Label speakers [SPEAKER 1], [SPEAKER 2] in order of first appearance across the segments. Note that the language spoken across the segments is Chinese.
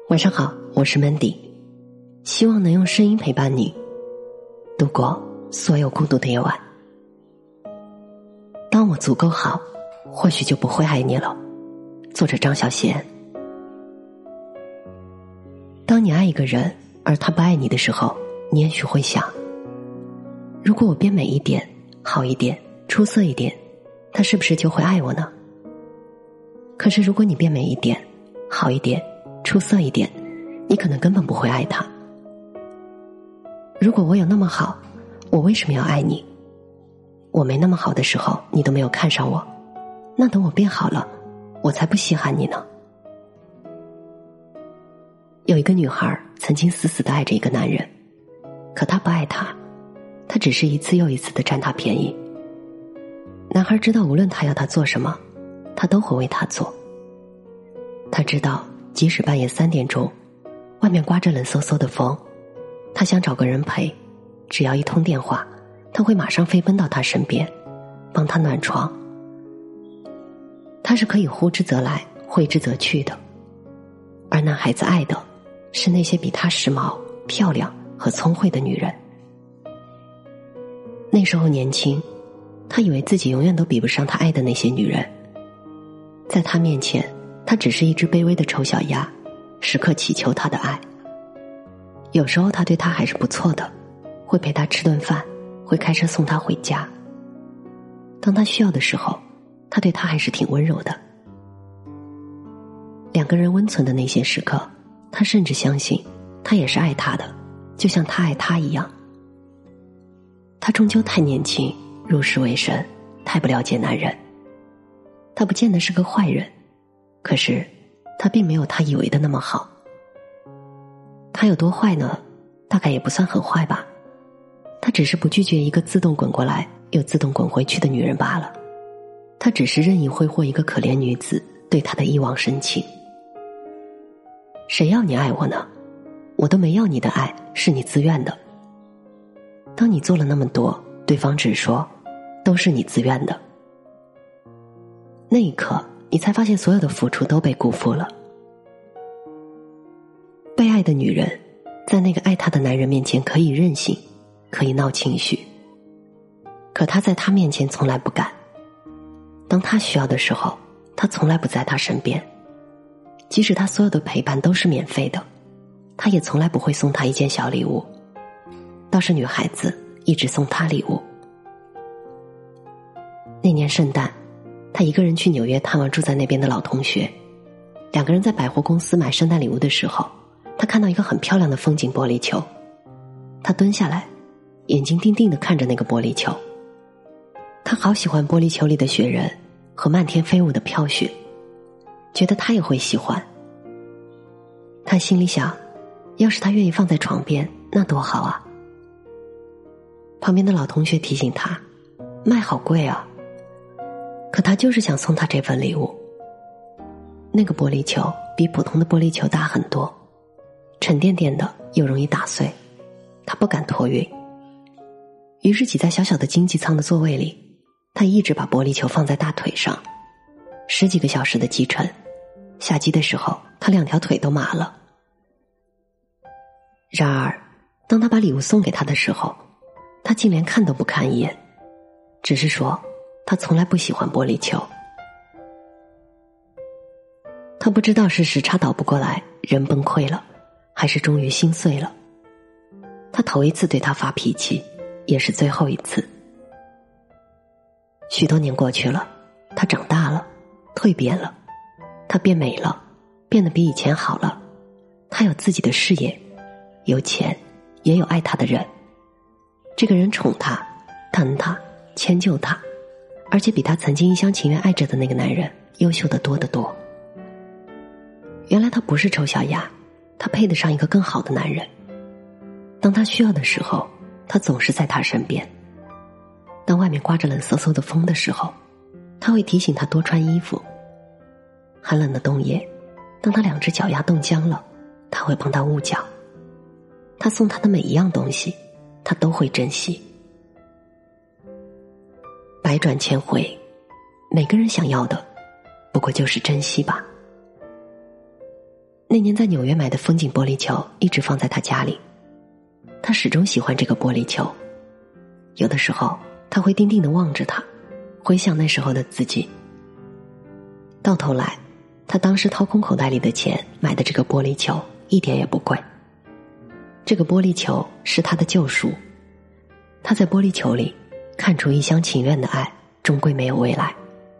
[SPEAKER 1] 晚上好，我是 Mandy， 希望能用声音陪伴你度过所有孤独的夜晚。当我足够好，或许就不会爱你了。作者张小娴。当你爱一个人而他不爱你的时候，你也许会想，如果我变美一点，好一点，出色一点，他是不是就会爱我呢？可是如果你变美一点，好一点，出色一点，你可能根本不会爱他。如果我有那么好，我为什么要爱你？我没那么好的时候，你都没有看上我，那等我变好了，我才不稀罕你呢。有一个女孩曾经死死地爱着一个男人，可他不爱她，他只是一次又一次地占她便宜。男孩知道无论他要他做什么，他都会为他做。他知道即使半夜3点钟，外面刮着冷飕飕的风，他想找个人陪，只要一通电话，他会马上飞奔到他身边，帮他暖床。他是可以呼之则来，挥之则去的。而男孩子爱的是那些比他时髦、漂亮和聪慧的女人。那时候年轻，他以为自己永远都比不上他爱的那些女人。在他面前，他只是一只卑微的丑小鸭，时刻祈求他的爱。有时候他对他还是不错的，会陪他吃顿饭，会开车送他回家。当他需要的时候，他对他还是挺温柔的。两个人温存的那些时刻，他甚至相信他也是爱他的，就像他爱他一样。他终究太年轻，入世未深，太不了解男人。他不见得是个坏人，可是他并没有他以为的那么好。他有多坏呢？大概也不算很坏吧。他只是不拒绝一个自动滚过来又自动滚回去的女人罢了。他只是任意挥霍一个可怜女子对他的一往深情。谁要你爱我呢？我都没要你的爱，是你自愿的。当你做了那么多，对方只说都是你自愿的。那一刻，你才发现所有的付出都被辜负了。被爱的女人在那个爱她的男人面前可以任性，可以闹情绪，可她在他面前从来不敢。当他需要的时候，他从来不在他身边。即使他所有的陪伴都是免费的，他也从来不会送他一件小礼物，倒是女孩子一直送他礼物。那年圣诞，他一个人去纽约探望住在那边的老同学。两个人在百货公司买圣诞礼物的时候，他看到一个很漂亮的风景玻璃球。他蹲下来，眼睛定定地看着那个玻璃球。他好喜欢玻璃球里的雪人和漫天飞舞的飘雪，觉得他也会喜欢。他心里想，要是他愿意放在床边，那多好啊。旁边的老同学提醒他，卖好贵啊。可他就是想送他这份礼物。那个玻璃球比普通的玻璃球大很多，沉甸甸的又容易打碎，他不敢托运。于是挤在小小的经济舱的座位里，他一直把玻璃球放在大腿上，10几个小时的机程，下机的时候他2条腿都麻了。然而当他把礼物送给他的时候，他竟连看都不看一眼，只是说他从来不喜欢玻璃球。他不知道是时差倒不过来，人崩溃了，还是终于心碎了。他头一次对他发脾气，也是最后一次。许多年过去了，他长大了，蜕变了，他变美了，变得比以前好了。他有自己的事业，有钱，也有爱他的人。这个人宠他，疼他，迁就他，而且比他曾经一厢情愿爱着的那个男人优秀得多得多。原来他不是丑小鸭，他配得上一个更好的男人。当他需要的时候，他总是在他身边。当外面刮着冷飕飕的风的时候，他会提醒他多穿衣服。寒冷的冬夜，当他2只脚丫冻僵了，他会帮他捂脚。他送他的每一样东西，他都会珍惜。百转千回，每个人想要的不过就是珍惜吧。 那年在纽约买的风景玻璃球一直放在他家里，他始终喜欢这个玻璃球。有的时候他会定定地望着它，回想那时候的自己。到头来，他当时掏空口袋里的钱买的这个玻璃球一点也不贵。这个玻璃球是他的救赎，他在玻璃球里看出一厢情愿的爱终归没有未来。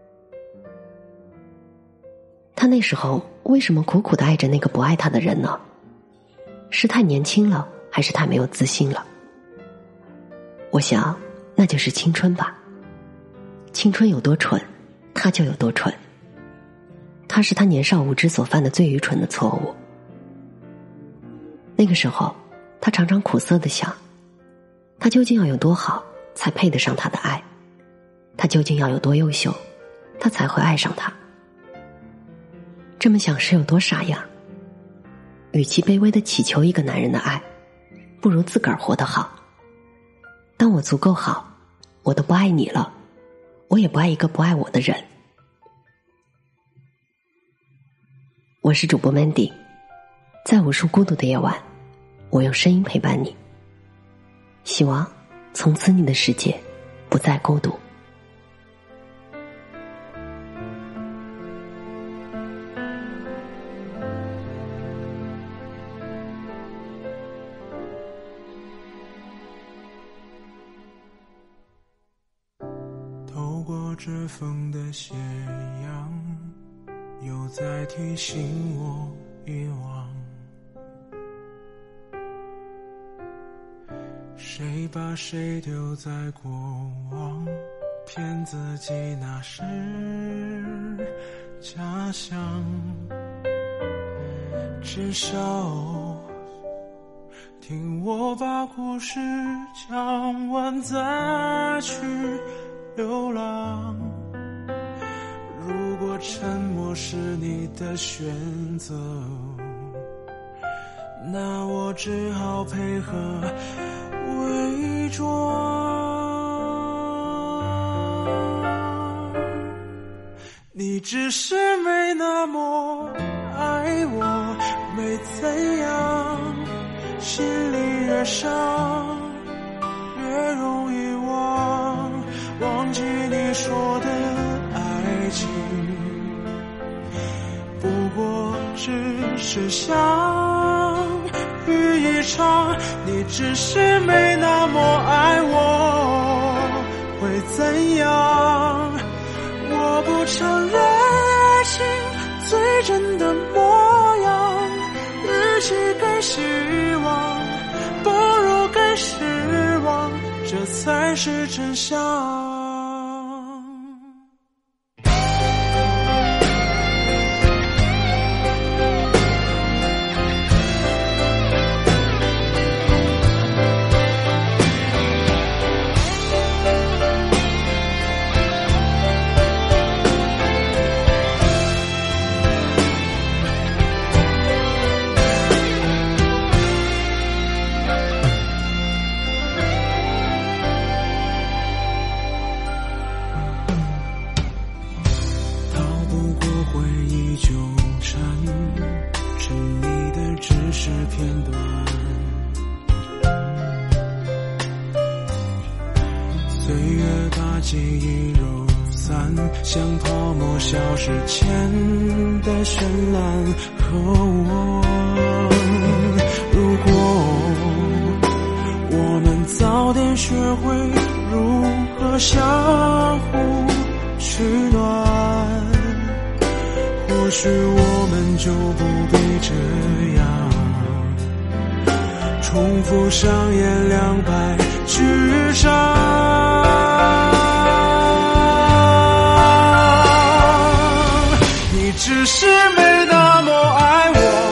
[SPEAKER 1] 他那时候为什么苦苦地爱着那个不爱他的人呢？是太年轻了，还是太没有自信了？我想那就是青春吧。青春有多蠢，他就有多蠢。他是他年少无知所犯的最愚蠢的错误。那个时候他常常苦涩地想，他究竟要有多好才配得上他的爱？他究竟要有多优秀，他才会爱上他？这么想是有多傻呀？与其卑微地祈求一个男人的爱，不如自个儿活得好。当我足够好，我都不爱你了，我也不爱一个不爱我的人。我是主播 Mandy， 在无数孤独的夜晚，我用声音陪伴你。希望从此你的世界不再孤独。
[SPEAKER 2] 透过指缝的斜阳，又在提醒我遗忘。谁把谁丢在过往，骗自己那是假象。至少听我把故事讲完再去流浪。如果沉默是你的选择，那我只好配合伪装。你只是没那么爱我，没怎样，心里越伤越容易忘记你说的爱情，不过只是相遇一场。你只是没那么爱我，会怎样？我不承认爱情最真的模样，与其给希望，不如给失望，这才是真相。是片段，岁月把记忆揉散，像泡沫消失前的绚烂和我。如果我们早点学会如何相互取暖，或许我们就不必这样重复上演200剧场。你只是没那么爱我，